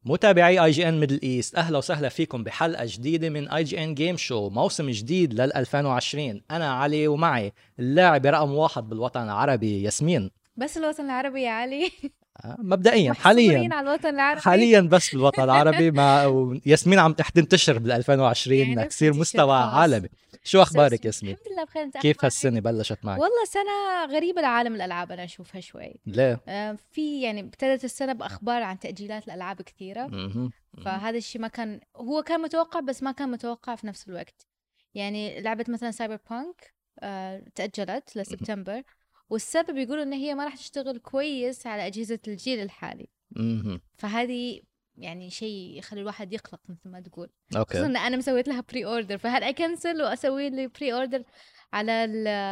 متابعي اي جي ان ميدل ايست، اهلا وسهلا فيكم بحلقه جديده من اي جي ان جيم شو، موسم جديد لل 2020. انا علي ومعي اللاعبه رقم 1 بالوطن العربي ياسمين. بس الوطن العربي يا علي. مبدئيا محصورين على الوطن العربي حاليا بس بالوطن العربي. ما ياسمين عم تنتشر بال 2020 يعني تصير مستوى خلاص. عالمي. شو اخبارك ياسمين؟ الحمد لله بخير. انت كيف أخبارك؟ هالسنه بلشت معك؟ والله سنة غريبة لعالم الألعاب، أنا أشوفها شوي. ليه؟ في يعني ابتدت السنة بأخبار عن تأجيلات الألعاب كثيرة. فهذا الشيء ما كان متوقع، بس ما كان متوقع في نفس الوقت. يعني لعبة مثلا سايبر بانك تأجلت لسبتمبر، والسبب يقولوا إن هي ما راح تشتغل كويس على أجهزة الجيل الحالي. فهذه يعني شيء يخلي الواحد يقلق مثل ما تقول. خصوصا ان انا مسويت لها بري اوردر، فهل اكنسل واسوي لي بري اوردر على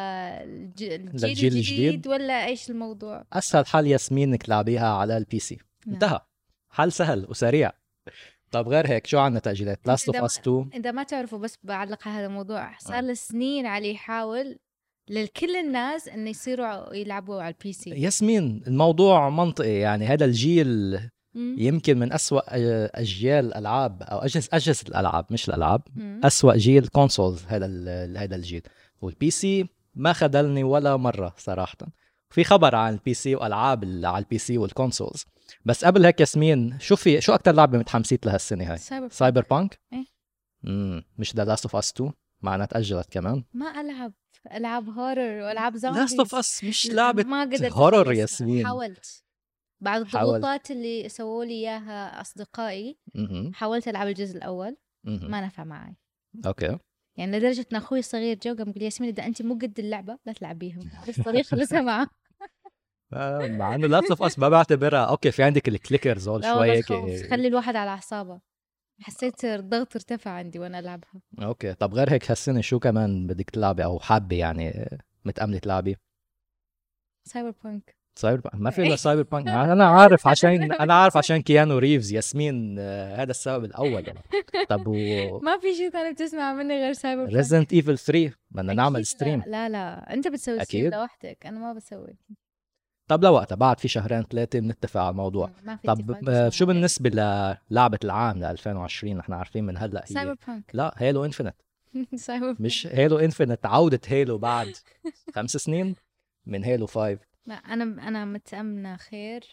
الجيل الجديد ولا ايش الموضوع؟ اسهل حل ياسمين انك تلعبيها على البي سي. انتهى، حل سهل وسريع. طب غير هيك شو عندنا تأجيلات؟ لاست اوف اس 2. اذا ما تعرفوا، بس بعلق على هذا الموضوع، صار له سنين علي يحاول لكل الناس انه يصيروا يلعبوا على البي سي. ياسمين الموضوع منطقي، يعني هذا الجيل يمكن من أسوأ أجيال الألعاب أو أجهزة الألعاب، مش الألعاب. أسوأ جيل كونسولز هذا الجيل. والبي سي ما خذلني ولا مرة صراحة. في خبر عن البي سي وألعاب على البي سي والكونسولز. بس قبل هيك ياسمين، شو أكتر لعبة متحمسيت لها السنة هاي؟ سايبر بانك؟ مش ذا لاست اوف اس 2 معنا تأجلت كمان. ما ألعب هورر وألعاب زومبي. لاست اوف اس مش لعبة ما قدرت هورر ياسمين. حاولت بعد الضغوطات اللي سووا لي اياها اصدقائي. حاولت العب الجزء الاول، ما نفع معي. اوكي، يعني لدرجه ان اخوي الصغير جو قام قال لي ياسمين اذا انت مو قد اللعبه لا تلعبيها. الصغير خلصها معه. مع انه لاست اوف اس ما بعتبرها اوكي. في عندك الكليكرز هول شوي هيك، خلي الواحد على اعصابه. حسيت الضغط ارتفع عندي وانا العبها. اوكي، طب غير هيك هالسنه شو كمان بدك تلعبي او حابه يعني متأمله تلعبي؟ سايبر بانك. ما في الا سايبر بانك. انا عارف عشان كيانو ريفز ياسمين، هذا السبب الاول يعني. طب ما في شيء ثاني بتسمع مني غير سايبر بانك. ريزنت ايفل 3 بدنا نعمل ستريم. لا انت بتسوي ستريم لوحدك، انا ما بسوي. طب لوقتها بعد في شهرين 3 بنتفق على الموضوع. طب شو بالنسبه للعبه العام ل 2020؟ نحن عارفين من هلا هي سايبر بانك. لا، هيلو انفينيت. مش هيلو انفينيت، عوده هيلو بعد 5 سنين من هيلو 5. لا انا متأملة خير.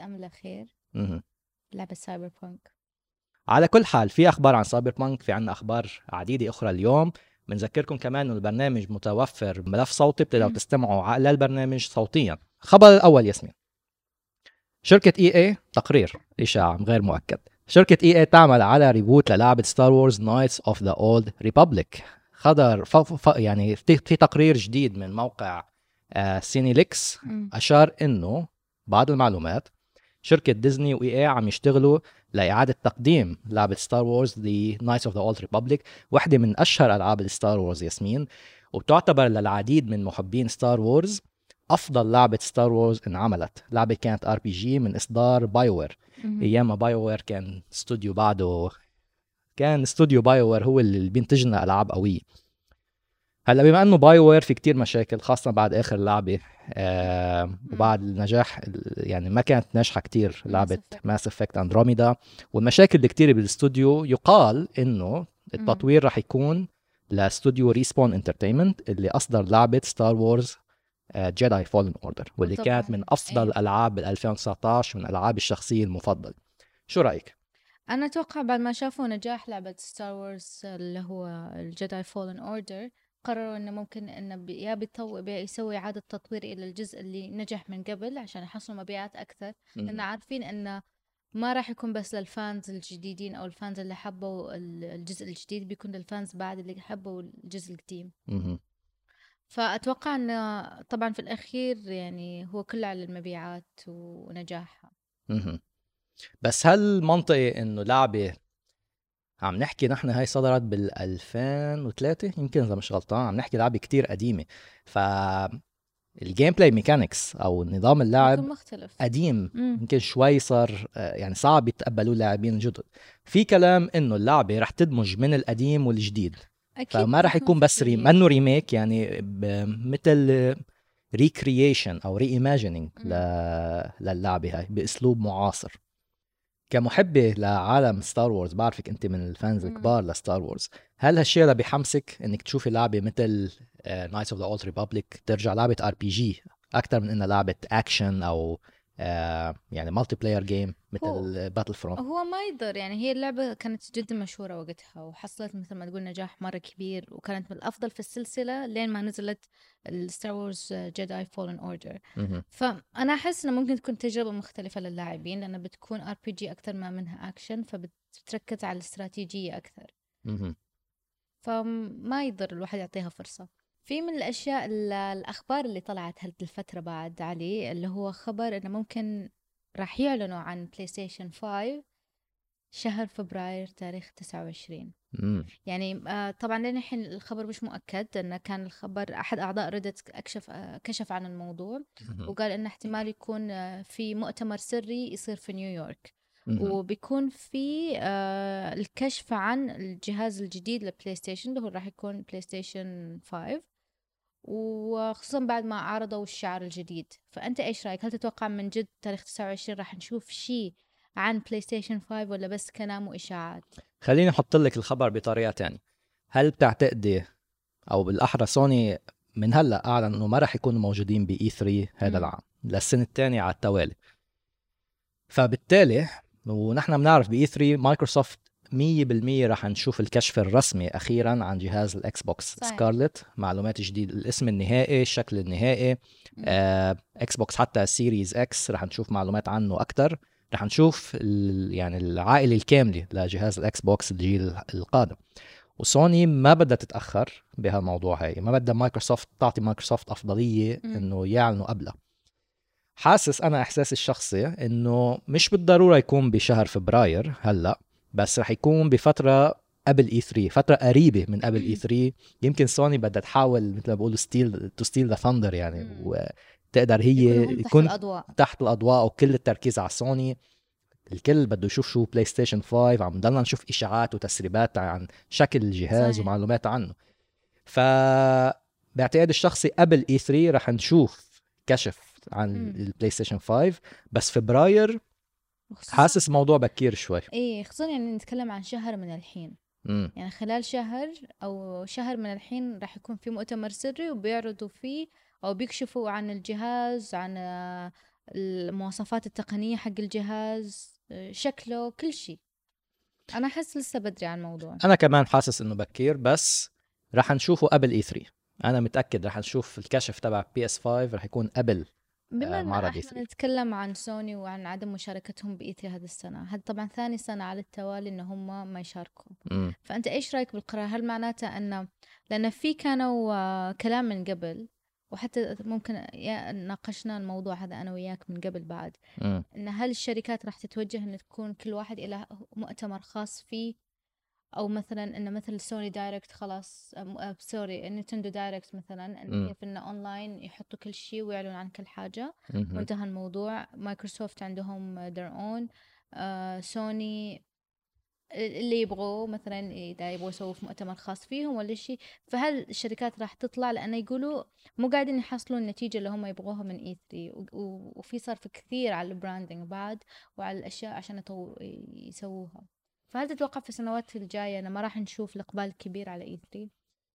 لعبة سايبر بانك. على كل حال في اخبار عن سايبر بانك، في عنا اخبار عديده اخرى اليوم. بنذكركم كمان انه البرنامج متوفر ملف صوتي، بتقدروا تستمعوا على البرنامج صوتيا. الخبر الاول ياسمين، شركه اي تقرير اشاعه غير مؤكد. شركه اي تعمل على ريبوت للعبه ستار وورز نايتس اوف ذا اولد ريبابليك. خضر يعني في تقرير جديد من موقع سينيليكس اشار انه بعض المعلومات شركة ديزني وإي عم يشتغلوا لإعادة تقديم لعبة ستار وورز The Knights of the Old Republic، واحدة من أشهر ألعاب الستار وورز ياسمين، وبتعتبر للعديد من محبين ستار وورز أفضل لعبة ستار وورز انعملت. لعبة كانت RPG من إصدار بايوير. أيام ما بايوير كان استوديو بايوير هو اللي بينتج لنا ألعاب قوية. هلا بما انه باي وير في كتير مشاكل، خاصه بعد اخر لعبه وبعد النجاح، يعني ما كانت ناجحه كتير لعبه ماس افكت اندروميدا، والمشاكل اللي كتير بالاستوديو، يقال انه التطوير رح يكون لاستوديو ريسبون انترتينمنت اللي اصدر لعبه ستار وورز جيداي فولن اوردر، واللي كانت من افضل الالعاب بال 2019 من العاب الشخصيه المفضل. شو رايك؟ انا اتوقع بعد ما شافوا نجاح لعبه ستار وورز اللي هو الجيداي فولن اوردر، قرروا انه ممكن انه يسوي اعاده تطوير الى الجزء اللي نجح من قبل عشان يحصلوا مبيعات اكثر. لان عارفين انه ما راح يكون بس للفانز الجديدين او الفانز اللي حبوا الجزء الجديد، بيكون للفانز بعد اللي حبوا الجزء القديم. فاتوقع انه طبعا في الاخير يعني هو كله على المبيعات ونجاحها. بس هل منطقي انه لعبه عم نحكي نحن هاي صدرت بال 2003 يمكن اذا مش غلطان، عم نحكي لعبه كتير قديمه، الجيم بلاي ميكانكس او نظام اللعب مختلف قديم. يمكن شوي صار يعني صعب يتقبلوه اللاعبين الجدد. في كلام انه اللعبه رح تدمج من القديم والجديد، فما رح يكون بس منه ريميك، يعني مثل ريكرييشن او ري ايماجينينج للعبه هاي باسلوب معاصر. كمحبة لعالم ستار وورز، بعرفك انت من الفانز الكبار لستار وورز، هل هالشيء اللي بيحمسك انك تشوفي لعبة مثل نايتس اوف ذا اولد ريبابليك ترجع لعبة ار بي جي اكثر من انها لعبة اكشن او يعني مالتي بلاير جيم مثل باتل فرونت؟ هو ما يقدر، يعني هي اللعبة كانت جدا مشهورة وقتها وحصلت مثل ما تقول نجاح مرة كبير، وكانت من الأفضل في السلسلة لين ما نزلت الستار وورز جيداي فولن اوردر. فأنا أحس إنه ممكن تكون تجربة مختلفة للاعبين، لأنها بتكون ار بي جي أكثر ما منها أكشن، فبتركز على الاستراتيجية أكثر. فما يقدر الواحد يعطيها فرصة. في من الأشياء الأخبار اللي طلعت هذه الفترة بعد علي، اللي هو خبر إنه ممكن راح يعلنوا عن بلاي ستيشن 5 شهر فبراير تاريخ 29. يعني طبعا لين الحين الخبر مش مؤكد، انه كان الخبر احد اعضاء ريدت كشف عن الموضوع وقال انه احتمال يكون في مؤتمر سري يصير في نيويورك، وبيكون في الكشف عن الجهاز الجديد للبلاي ستيشن اللي هو راح يكون بلاي ستيشن 5، وخصوصا بعد ما عرضوا الشعار الجديد. فأنت إيش رأيك؟ هل تتوقع من جد تاريخ 29 راح نشوف شيء عن بلاي ستيشن 5 ولا بس كلام وإشاعات؟ خليني أحط لك الخبر بطريقة تانية. هل بتعتقدي أو بالأحرى سوني من هلأ أعلن أنه ما راح يكونوا موجودين بإي 3 هذا العام للسنة الثانية على التوالي؟ فبالتالي ونحن بنعرف بإي 3 مايكروسوفت 100% راح نشوف الكشف الرسمي أخيرا عن جهاز الإكس بوكس سكارلت، معلومات جديدة، الاسم النهائي، الشكل النهائي، إكس بوكس حتى سيريز إكس راح نشوف معلومات عنه أكتر، راح نشوف يعني العائلة الكاملة لجهاز الإكس بوكس الجيل القادم. وسوني ما بدها تتأخر بهالموضوع هاي، ما بدها مايكروسوفت تعطي مايكروسوفت أفضلية إنه يعلنوا قبلها. حاسس أنا إحساسي الشخصي إنه مش بالضرورة يكون بشهر فبراير هلأ، بس رح يكون بفترة قبل اي 3، فترة قريبة من قبل اي 3. يمكن سوني بدها تحاول مثل ما بقولوا ستيل ذا ثاندر، يعني وتقدر هي يكون تحت الأضواء وكل التركيز على سوني. الكل بده يشوف شو بلاي ستيشن 5، عم نضلنا نشوف إشاعات وتسريبات عن شكل الجهاز صحيح. ومعلومات عنه. فباعتقاد الشخصي قبل اي 3 رح نشوف كشف عن البلاي ستيشن 5، بس فبراير حاسس موضوع بكير شوي. ايه خصوصا يعني نتكلم عن شهر من الحين. يعني خلال شهر او شهر من الحين راح يكون في مؤتمر سري وبيعرضوا فيه او بيكشفوا عن الجهاز، عن المواصفات التقنية حق الجهاز، شكله، كل شيء. انا احس لسه بدري عن الموضوع. انا كمان حاسس انه بكير، بس راح نشوفه قبل اي 3. انا متاكد راح نشوف الكشف تبع بي اس 5 راح يكون قبل بما ان معرض احنا نتكلم عن سوني وعن عدم مشاركتهم باي 3 هذه السنه، هذا طبعا ثاني سنه على التوالي ان هم ما يشاركوا. فانت ايش رايك بالقرار؟ هل معناته انه لان في كانوا كلام من قبل، وحتى ممكن ناقشنا الموضوع هذا انا وياك من قبل بعد، ان هل الشركات راح تتوجه ان تكون كل واحد الى مؤتمر خاص فيه، او مثلا ان مثل سوني دايركت خلاص، سوري نينتندو دايركت مثلا، ان كيف انه اونلاين يحطوا كل شيء ويعلنوا عن كل حاجه وانتهى الموضوع. مايكروسوفت عندهم their own، سوني اللي يبغوا مثلا اذا يبغوا يسووا في مؤتمر خاص فيهم ولا شيء. فهل الشركات راح تطلع لانه يقولوا مو قاعدين يحصلون النتيجه اللي هم يبغوها من اي 3، وفي صرف كثير على البراندنج بعد وعلى الاشياء عشان يسووها؟ فهل تتوقع في السنوات الجاية أنا ما راح نشوف الإقبال الكبير على اي 3؟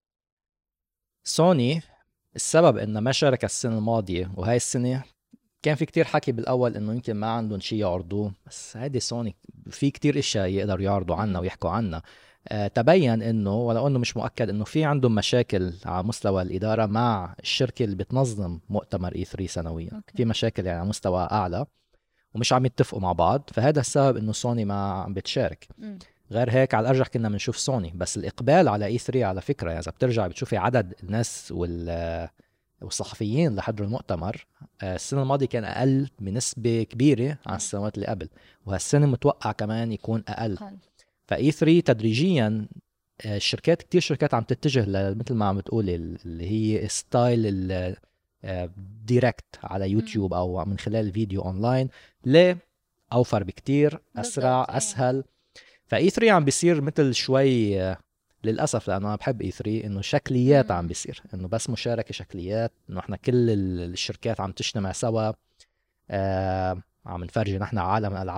سوني السبب إنه ما شارك السنة الماضية وهاي السنة كان في كتير حكي بالأول إنه يمكن ما عندهم شيء يعرضوه، بس هيدي سوني في كتير إشياء يقدروا يعرضوا عنها ويحكوا عنها. تبين إنه ولو إنه مش مؤكد إنه في عندهم مشاكل على مستوى الإدارة مع الشركة اللي بتنظم مؤتمر اي 3 سنويا. في مشاكل يعني على مستوى أعلى ومش عم يتفقوا مع بعض، فهذا السبب إنه سوني ما عم بتشارك. غير هيك على الأرجح كنا بنشوف سوني، بس الإقبال على اي 3 على فكرة يعني إذا بترجع بتشوفي عدد الناس والصحفيين اللي حضروا المؤتمر السنة الماضية كان أقل بنسبة كبيرة عن السنوات اللي قبل، وهالسنة متوقع كمان يكون أقل. فاي 3 تدريجيا الشركات كتير شركات عم تتجه مثل ما عم بتقولي اللي هي ستايل ديركت على يوتيوب أو من خلال الفيديو أونلاين، ليه أوفر بكتير، أسرع، أسهل. فاي 3 عم بيصير مثل شوي للأسف، لأنه أنا بحب اي 3 إنه شكليات عم بيصير، إنه بس مشاركة شكليات، إنه إحنا كل الشركات عم تجتمع سوا، عم نفرجي نحن عالم الألعاب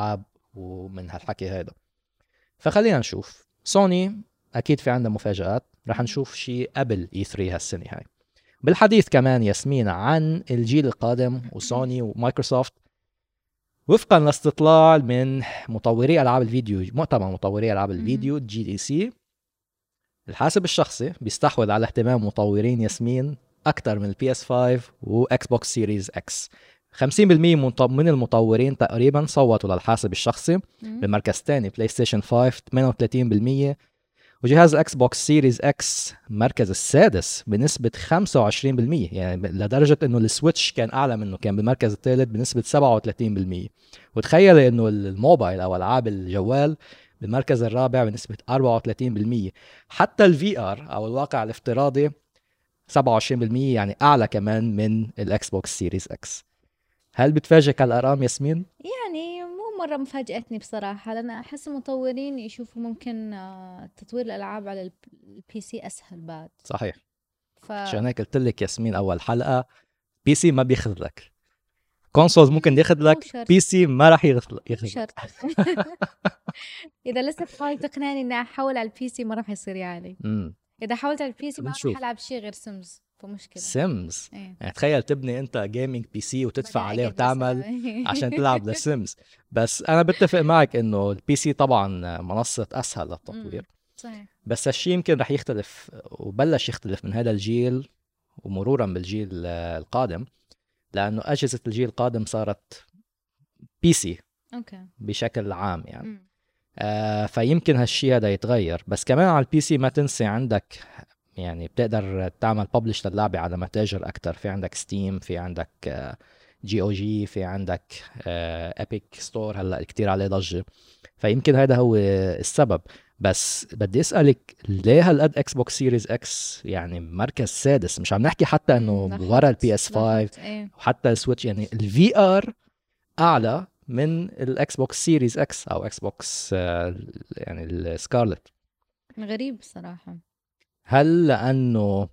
ومن هالحكي هذا. فخلينا نشوف. سوني اكيد في عندها مفاجآت، رح نشوف شيء قبل E3 هالسنة هاي. بالحديث كمان ياسمين عن الجيل القادم وسوني ومايكروسوفت، وفقا لاستطلاع من مطوري العاب الفيديو، مؤتمر مطوري العاب الفيديو GDC، الحاسب الشخصي بيستحوذ على اهتمام مطورين ياسمين اكثر من البي اس 5 واكس بوكس سيريز اكس. 50% من المطورين تقريبا صوتوا للحاسب الشخصي. بالمركز الثاني بلاي ستيشن 5 38%، وجهاز الاكس بوكس سيريز اكس مركز السادس بنسبة 25%، يعني لدرجة انه السويتش كان اعلى منه، كان بالمركز الثالث بنسبة 37%. وتخيل انه الموبايل او العاب الجوال بالمركز الرابع بنسبة 34%. حتى الفي ار او الواقع الافتراضي 27%، يعني اعلى كمان من الاكس بوكس سيريز اكس. هل بتفاجئك الارقام ياسمين؟ يعني مو مرة مفاجأتني بصراحة، لأن أحس المطورين يشوفوا ممكن تطوير الألعاب على البي سي أسهل بعد. صحيح. عشان هيك قلت لك ياسمين اول حلقة، بي سي ما بياخذ لك، كونسولز ممكن ياخذ لك، بي سي ما راح ياخذ لك. اذا لسه بحاول تقنعني اني احول على البي سي ما راح يصير يعني. اذا حولت على البي سي ما راح العب شيء غير سيمز، فمشكله سيمز. إيه؟ يعني تخيل تبني انت جيمنج بي سي وتدفع عليه وتعمل عشان تلعب للسيمز. بس انا بتفق معك انه البي سي طبعا منصه اسهل للتطوير. صحيح. بس هالشيء يمكن رح يختلف وبلش يختلف من هذا الجيل ومرورا بالجيل القادم، لانه اجهزه الجيل القادم صارت بي سي اوكي بشكل عام يعني. فيمكن هالشيء هذا يتغير. بس كمان على البي سي ما تنسي عندك يعني بتقدر تعمل ببلش للعبة على متاجر أكتر. في عندك ستيم، في عندك جي او جي، في عندك ابيك ستور هلا كتير عليه ضجة. فيمكن هذا هو السبب. بس بدي أسألك ليه هالقد اكس بوكس سيريز اكس يعني مركز سادس؟ مش عم نحكي حتى انه ورا البي اس 5 وحتى السويتش، يعني الفي ار اعلى من الاكس بوكس سيريز اكس او اكس بوكس يعني السكارلت. غريب صراحة. هل لانه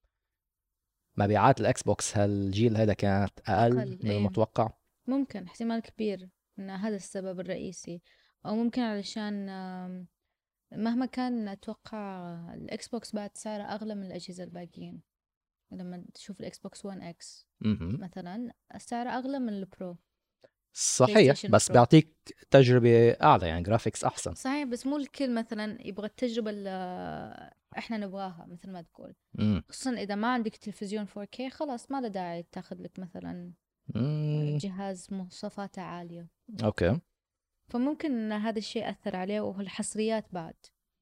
مبيعات الاكس بوكس هالجيل هذا كانت اقل من المتوقع؟ ممكن، احتمال كبير ان هذا السبب الرئيسي، او ممكن علشان مهما كان اتوقع الاكس بوكس بعد سعره اغلى من الاجهزة الباقيين. لما تشوف الاكس بوكس 1 اكس مثلا السعر اغلى من البرو. صحيح، بس بيعطيك تجربة أعلى، يعني جرافيكس أحسن. صحيح، بس مو الكل مثلا يبغى التجربة اللي إحنا نبغاها مثل ما تقول. خصوصا إذا ما عندك تلفزيون 4K خلاص ما له داعي تاخذ لك مثلا جهاز مواصفاته عالية. أوكي. فممكن إن هذا الشيء أثر عليه، والحصريات بعد.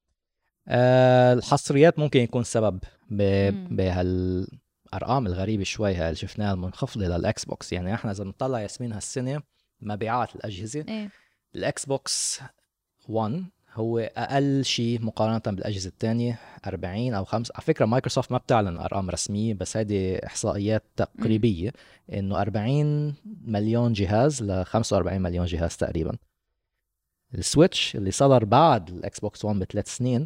الحصريات ممكن يكون سبب بهالأرقام الغريبة شوي اللي شفناها المنخفضة للأكس بوكس. يعني إحنا إذا بنطلع ياسمين هالسنة مبيعات الأجهزة، الأكس بوكس 1 هو أقل شيء مقارنة بالأجهزة الثانية 40 أو 5. على فكرة مايكروسوفت ما بتعلن أرقام رسمية، بس هذه إحصائيات تقريبية، إنه 40 مليون جهاز ل 45 مليون جهاز تقريبا. السويتش اللي صدر بعد الأكس بوكس 1 ب3 سنين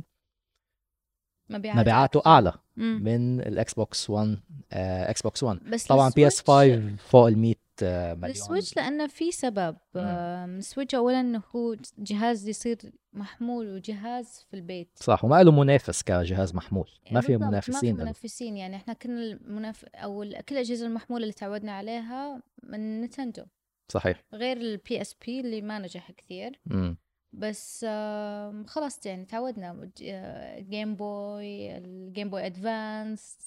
مبيعاته أعلى من الأكس بوكس 1. أكس بوكس 1 بس طبعا بي اس 5 فوق ال 100 مليون. السويتش لأنه في سبب. السويتش أولا إنه هو جهاز يصير محمول وجهاز في البيت. صح، وما له منافس كجهاز محمول. ما في منافسين. ما في منافسين، يعني إحنا كل أو كل الأجهزة المحمولة اللي تعودنا عليها من نينتندو. صحيح. غير البي اس بي اللي ما نجح كثير. بس خلاص يعني تعودنا. جيم بوي، الجيم بوي ادفانس،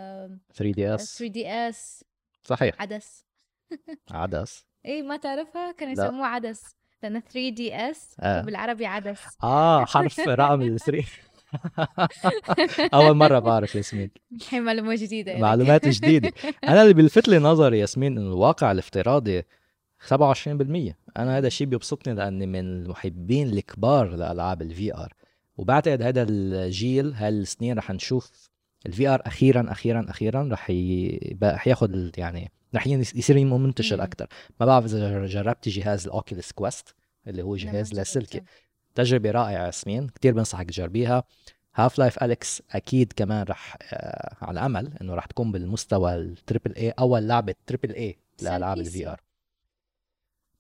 3DS. صحيح. عدس. عدس. ايه ما تعرفها؟ كانوا يسموه عدس لأنه 3DS بالعربي عدس. حرف رقم 3. اول مره بعرف ياسمين. الحين معلومه جديده. معلومات جديده. انا اللي بيلفت لي نظري ياسمين انه الواقع الافتراضي 27%. انا هذا الشيء بيبسطني لاني من المحبين الكبار لالعاب الفي ار، وبعتقد هذا الجيل هالسنين رح نشوف الفي ار اخيرا رح ياخذ يعني رح يصير منتشر اكثر. ما بعرف اذا جربتي جهاز الاوكيوليس كويست اللي هو جهاز لاسلكي. تجربه رائعه ياسمين، كتير بنصحك تجربيها. هاف لايف أليكس أكيد كمان رح على أمل إنه رح تكون بالمستوى التريبل اي، أول لعبة تريبل اي لألعاب الفي ار.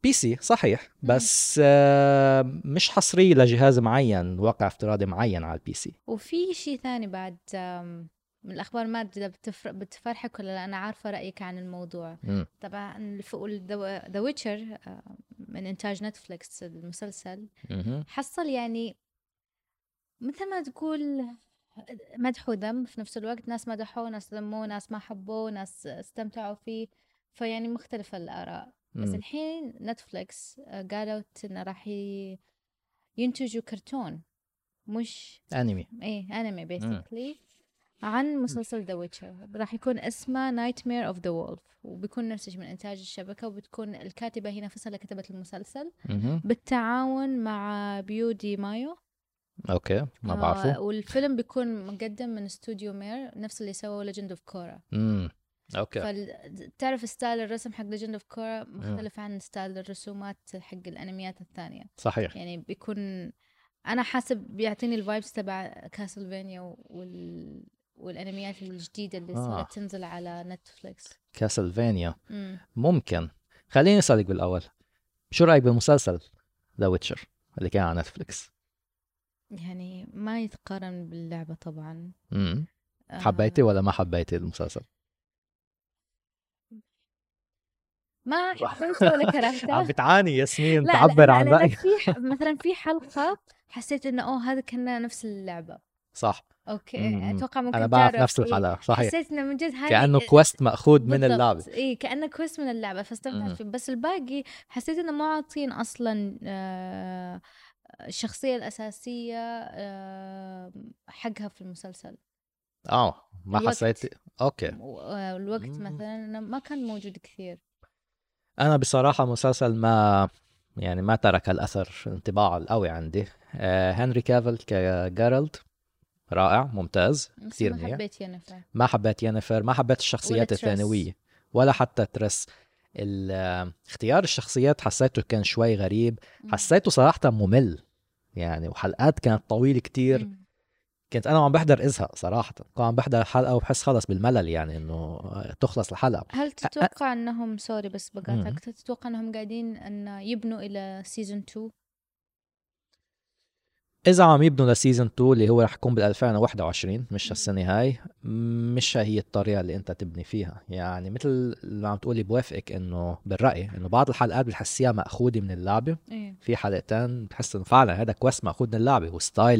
بي سي صحيح، بس مش حصري لجهاز معين، واقع افتراضي معين على البي سي. وفي شيء ثاني بعد من الأخبار، ما أدري إذا بتفرحك ولا لا، أنا عارفة رأيك عن الموضوع. طبعا ذا ويتشر من إنتاج نتفليكس المسلسل، حصل يعني مثل ما تقول مدح وذم في نفس الوقت. ناس مدحوه، ناس ذموه، ناس ما حبوه، ناس استمتعوا فيه، فيعني مختلفة الآراء. بس الحين نتفليكس قالوا إنه راح ينتجوا كرتون، مش انمي. ايه انمي بيسكلي، عن مسلسل ذا ويتشر. راح يكون اسمه نايتمير اوف ذا وولف، وبيكون نفسه من انتاج الشبكه، وبتكون الكاتبه هي نفسها اللي كتبت المسلسل بالتعاون مع بيودي مايو. اوكي، ما بعرفه. والفيلم بيكون مقدم من استوديو مير، نفس اللي سووا ليجند اوف كورا. اوكي. فتعرف ستايل الرسم حق ليجند اوف كورا مختلف عن ستايل الرسومات حق الانميات الثانيه. صحيح. يعني بيكون، انا حاسب بيعطيني الفايبس تبع كاسلفينيا والانميات الجديده اللي صارت تنزل على نتفليكس. كاسلفينيا ممكن. خليني اسالك بالاول، شو رايك بالمسلسل ذا ويتشر اللي كان على نتفليكس؟ يعني ما يتقارن باللعبه طبعا. حبيتي ولا ما حبيتي المسلسل؟ ما حبيته ولا كرهته. عم بتعاني ياسمين لا تعبر عن لا رأيك. في مثلا في حلقه حسيت انه هذا كنا نفس اللعبه. صح. اوكي اتوقع ممكن انا بعرف تعرف نفس الحلقه. صحيح. حسيت انه من جد هذه كانه كويست ماخوذ من اللعبه. اي كانه كويست من اللعبه، فاستمتعت فيه. بس الباقي حسيت انه مو عاطين اصلا الشخصيه الاساسيه حقها في المسلسل. ما حسيت. اوكي. الوقت مثلا ما كان موجود كثير. انا بصراحه مسلسل ما ترك الاثر انطباع القوي عندي. هنري كافل كجارلد رائع ممتاز كثير منيح. ما حبيت ينفر، ما حبيت الشخصيات الثانويه ولا حتى ترس. اختيار الشخصيات حسيته كان شوي غريب. حسيته صراحه ممل يعني، وحلقات كانت طويله كتير. كنت انا عم بحضر ازهق صراحه، كنت عم بحضر حلقه وبحس خلص بالملل، يعني انه تخلص الحلقه. هل تتوقع انهم سوري بس بقاطعك، تتوقع انهم قاعدين ان يبنوا الى سيزون 2؟ اذا عم يبنوا لسيزون 2 اللي هو رح يكون بال 2021 مش السنه هاي، مش هي الطريقه اللي انت تبني فيها. يعني مثل اللي عم تقولي، بوافقك انه بالراي انه بعض الحلقات بتحسيها ماخوذه من اللعبه. في حلقتين بتحس انه فعلا هذا كويست ماخوذ من اللعبه، وستايل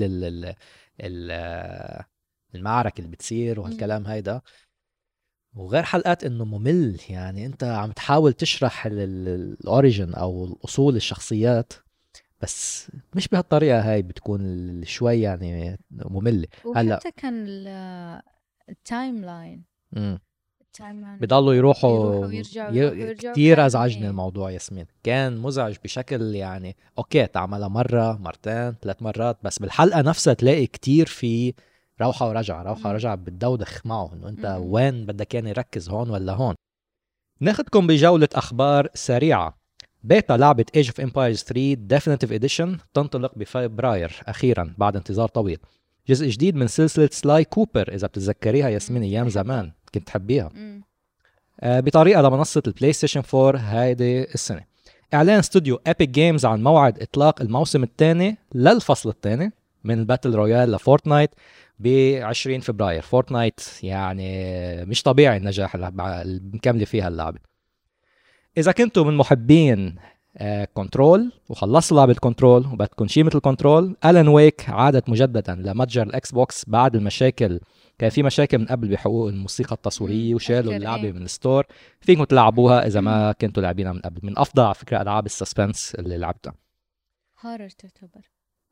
المعركه اللي بتصير وهالكلام هيدا. وغير حلقات انه ممل، يعني انت عم تحاول تشرح الاوريجن او الاصول الشخصيات، بس مش بهالطريقه هاي، بتكون شوي يعني ممله. هلا وحتى كان التايم لاين بضلوا يروحوا ويرجعوا كتير ازعجني الموضوع ياسمين، كان مزعج بشكل يعني. اوكي تعملها مره مرتين 3 مرات، بس بالحلقه نفسها تلاقي كتير في روحه ورجعه بتدودخ معه انه انت وين بدك يعني يركز، هون ولا هون. ناخدكم بجوله اخبار سريعه. بيتا لعبة Age of Empires 3 Definitive Edition تنطلق بفبراير أخيرا بعد انتظار طويل. جزء جديد من سلسلة سلاي كوبر، إذا بتتذكريها ياسمين أيام زمان كنت تحبيها. بطريقة لمنصة البلاي ستيشن 4 هيدي السنة. إعلان استوديو Epic Games عن موعد إطلاق الموسم الثاني للفصل الثاني من الباتل رويال لفورتنايت ب20 فبراير. فورتنايت يعني مش طبيعي النجاح اللي مكملة فيها اللعبة. إذا كنتوا من محبين كنترول وخلصوا لعبة كنترول وبدكم شيء مثل كنترول، ألان ويك عادت مجددا لمتجر الأكس بوكس بعد المشاكل. كان في مشاكل من قبل بحقوق الموسيقى التصويرية وشالوا اللعبة من الستور. فيكم تلعبوها إذا ما كنتوا لاعبينها من قبل. من أفضل على فكرة ألعاب السسبنس اللي لعبتها. هورر تعتبر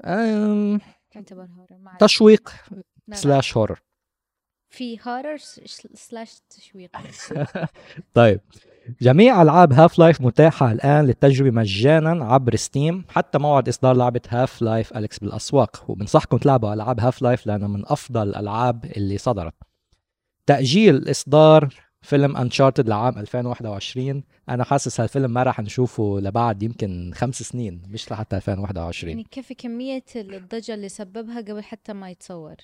هورر تشويق سلاش هورر. في هورر سلاش تشويق. طيب، جميع ألعاب هاف لايف متاحة الآن للتجربة مجانا عبر ستيم حتى موعد إصدار لعبة هاف لايف أليكس بالأسواق. وبنصحكم تلعبوا ألعاب هاف لايف لأنها من أفضل الألعاب اللي صدرت. تأجيل إصدار فيلم أنشارتد لعام 2021. أنا حاسس هالفيلم ما راح نشوفه لبعد يمكن 5 سنين، مش لحتى 2021. يعني كيف كمية الضجة اللي سببها قبل حتى ما يتصور.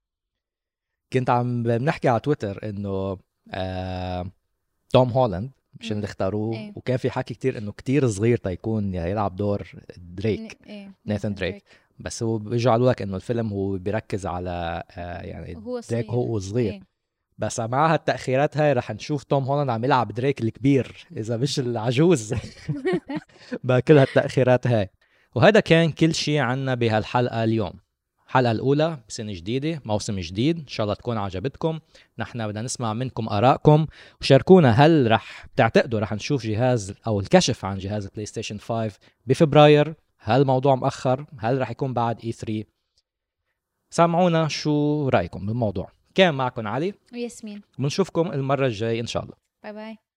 كنت عم بنحكي على تويتر إنه توم هولاند مش اللي اختاروه. إيه. وكان في حكي كتير انه كتير صغير تيكون يلعب دور دريك، ناثان دريك. بس هو بيجعلوا لك انه الفيلم هو بيركز على يعني هو دريك هو صغير. إيه. بس مع هالتأخيرات هاي رح نشوف توم هولاند عم يلعب دريك الكبير إذا مش العجوز بكل هالتأخيرات هاي. وهذا كان كل شيء عنا بهالحلقة اليوم، الحلقة الأولى بسنة جديدة، موسم جديد، إن شاء الله تكون عجبتكم. نحن بدنا نسمع منكم آرائكم، وشاركونا هل رح تعتقدوا رح نشوف جهاز أو الكشف عن جهاز بلاي ستيشن 5 بفبراير؟ هل الموضوع مؤخر؟ هل رح يكون بعد E3؟ سامعونا شو رأيكم بالموضوع. كان معكم علي وياسمين، بنشوفكم المرة الجاي إن شاء الله. باي باي.